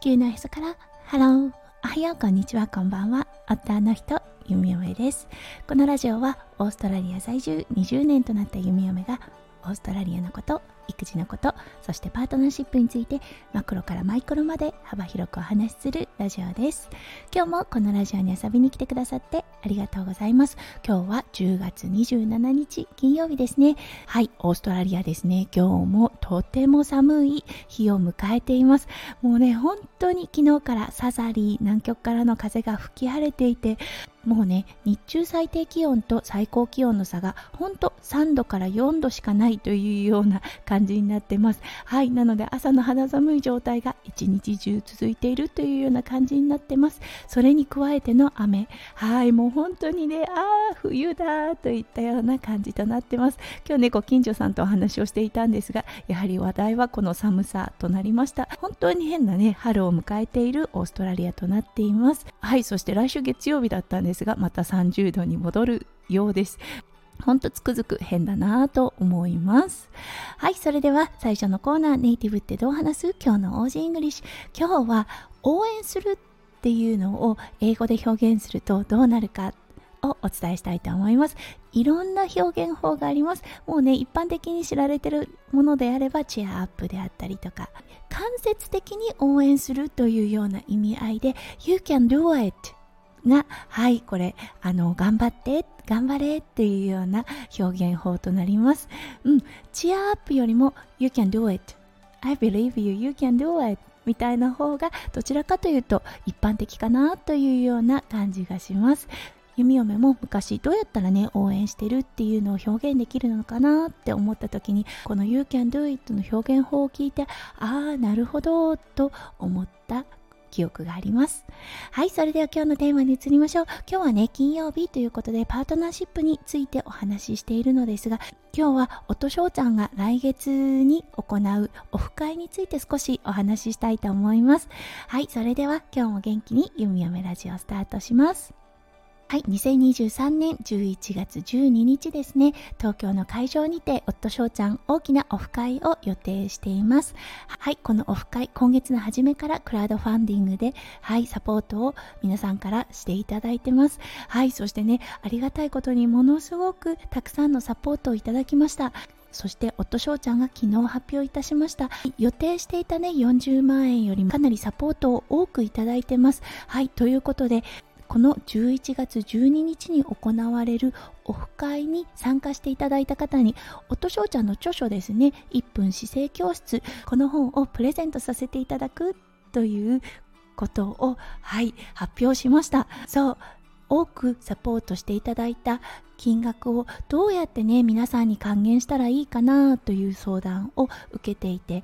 地球のへそからハロー、おはよう、こんにちは、こんばんは。夫の人、ゆみおめです。このラジオはオーストラリア在住20年となったゆみおめがオーストラリアのこと、育児のこと、そしてパートナーシップについてマクロからマイクロまで幅広くお話しするラジオです。今日もこのラジオに遊びに来てくださってありがとうございます。今日は10月27日金曜日ですね。はい、オーストラリアですね。今日もとても寒い日を迎えています。もうね、本当に昨日からサザリー南極からの風が吹き晴れていて、もうね、日中最低気温と最高気温の差が本当3度から4度しかないというような感じになってます。はい、なので朝の肌寒い状態が一日中続いているというような感じになってます。それに加えての雨、はい、もう本当にね、冬だといったような感じとなってます。今日ね、ご近所さんとお話をしていたんですが、やはり話題はこの寒さとなりました。本当に変なね、春を迎えているオーストラリアとなっています。はい、そして来週月曜日だったんですが、また30度に戻るようです。ほんとつくづく変だなぁと思います。はい、それでは最初のコーナー、ネイティブってどう話す？今日の OG イングリッシュ。今日は応援するっていうのを英語で表現するとどうなるかをお伝えしたいと思います。いろんな表現法があります。もうね、一般的に知られているものであればチェアアップであったりとか、間接的に応援するというような意味合いで You can do itが、はい、これ頑張って頑張れっていうような表現法となります。チアアップよりも You can do it, I believe you, you can do it みたいな方がどちらかというと一般的かなというような感じがします。ゆみおめも昔どうやったらね、応援してるっていうのを表現できるのかなって思った時に、この You can do it の表現法を聞いて、なるほどと思った記憶があります。はい、それでは今日のテーマに移りましょう。今日はね、金曜日ということでパートナーシップについてお話ししているのですが、今日は夫翔ちゃんが来月に行うオフ会について少しお話ししたいと思います。はい、それでは今日も元気にゆみおめラジオスタートします。はい、2023年11月12日ですね、東京の会場にて夫翔ちゃん大きなオフ会を予定しています。はい、このオフ会、今月の初めからクラウドファンディングで、はい、サポートを皆さんからしていただいてます。はい、そしてね、ありがたいことにものすごくたくさんのサポートをいただきました。そして夫翔ちゃんが昨日発表いたしました。予定していたね、40万円よりもかなりサポートを多くいただいてます。はい、ということで、この11月12日に行われるオフ会に参加していただいた方に、夫翔ちゃんの著書ですね、1分姿勢教室、この本をプレゼントさせていただくということを、はい、発表しました。そう、多くサポートしていただいた金額をどうやってね、皆さんに還元したらいいかなという相談を受けていて、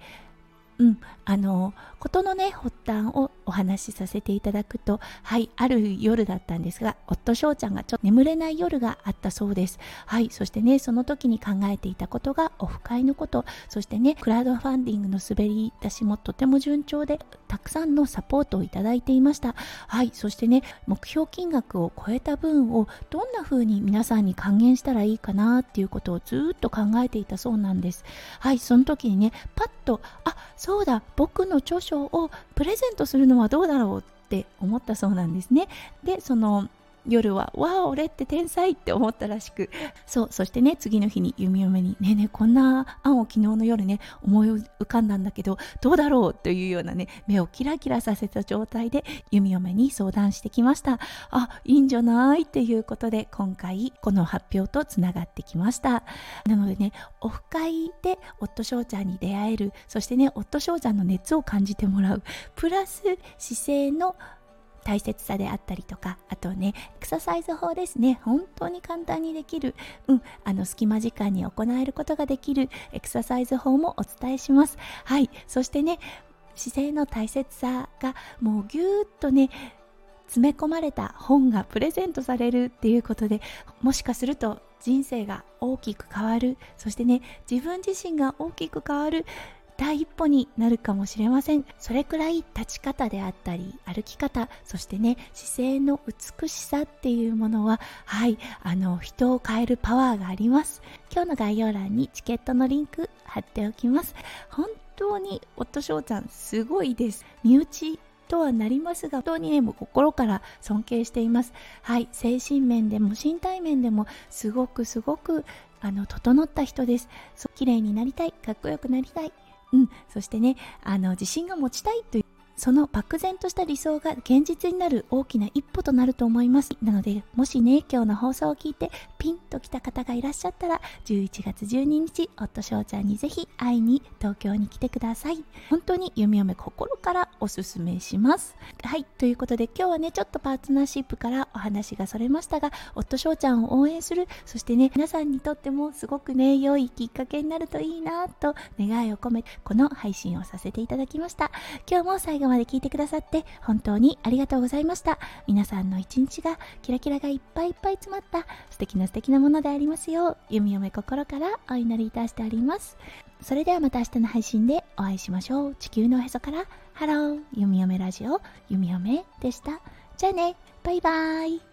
ことのね、発端をお話しさせていただくと、はい、ある夜だったんですが、夫翔ちゃんがちょっと眠れない夜があったそうです。はい、そしてね、その時に考えていたことがオフ会のこと、そしてね、クラウドファンディングの滑り出しもとても順調で、たくさんのサポートをいただいていました。はい、そしてね、目標金額を超えた分をどんな風に皆さんに還元したらいいかなっていうことをずっと考えていたそうなんです。はい、その時にね、パッと、そうだ、僕の著書をプレゼントするのはどうだろうって思ったそうなんですね。で、その夜は俺って天才って思ったらしく、そしてね、次の日にゆみおめにねこんな案を昨日の夜ね思い浮かんだんだけどどうだろうというようなね、目をキラキラさせた状態でゆみおめに相談してきました。いいんじゃないっていうことで、今回この発表とつながってきました。なのでね、オフ会で夫翔ちゃんに出会える、そしてね、夫翔ちゃんの熱を感じてもらう、プラス姿勢の大切さであったりとか、あとね、エクササイズ法ですね。本当に簡単にできる、隙間時間に行えることができるエクササイズ法もお伝えします。はい、そしてね、姿勢の大切さがもうぎゅーっとね、詰め込まれた本がプレゼントされるっていうことで、もしかすると人生が大きく変わる、そしてね、自分自身が大きく変わる第一歩になるかもしれません。それくらい立ち方であったり歩き方、そしてね、姿勢の美しさっていうものは、はい、人を変えるパワーがあります。今日の概要欄にチケットのリンク貼っておきます。本当に夫翔ちゃんすごいです。身内とはなりますが、本当にねもう心から尊敬しています。はい、精神面でも身体面でもすごく整った人です。綺麗になりたい、かっこよくなりたい、そしてね自信が持ちたいというその漠然とした理想が現実になる大きな一歩となると思います。なのでもしね今日の放送を聞いてピンときた方がいらっしゃったら、11月12日夫翔ちゃんにぜひ会いに東京に来てください。本当に弓嫁心からおすすめします。はい、ということで今日はねちょっとパートナーシップからお話がそれましたが、夫翔ちゃんを応援する、そしてね皆さんにとってもすごくね良いきっかけになるといいなと願いを込めこの配信をさせていただきました。今日も最後まで聞いてくださって本当にありがとうございました。皆さんの一日がキラキラがいっぱいいっぱい詰まった素敵なものでありますよう、弓嫁心からお祈りいたしております。それではまた明日の配信でお会いしましょう。地球のおへそからハロー、弓嫁ラジオ弓嫁でした。じゃあね、バイバイ。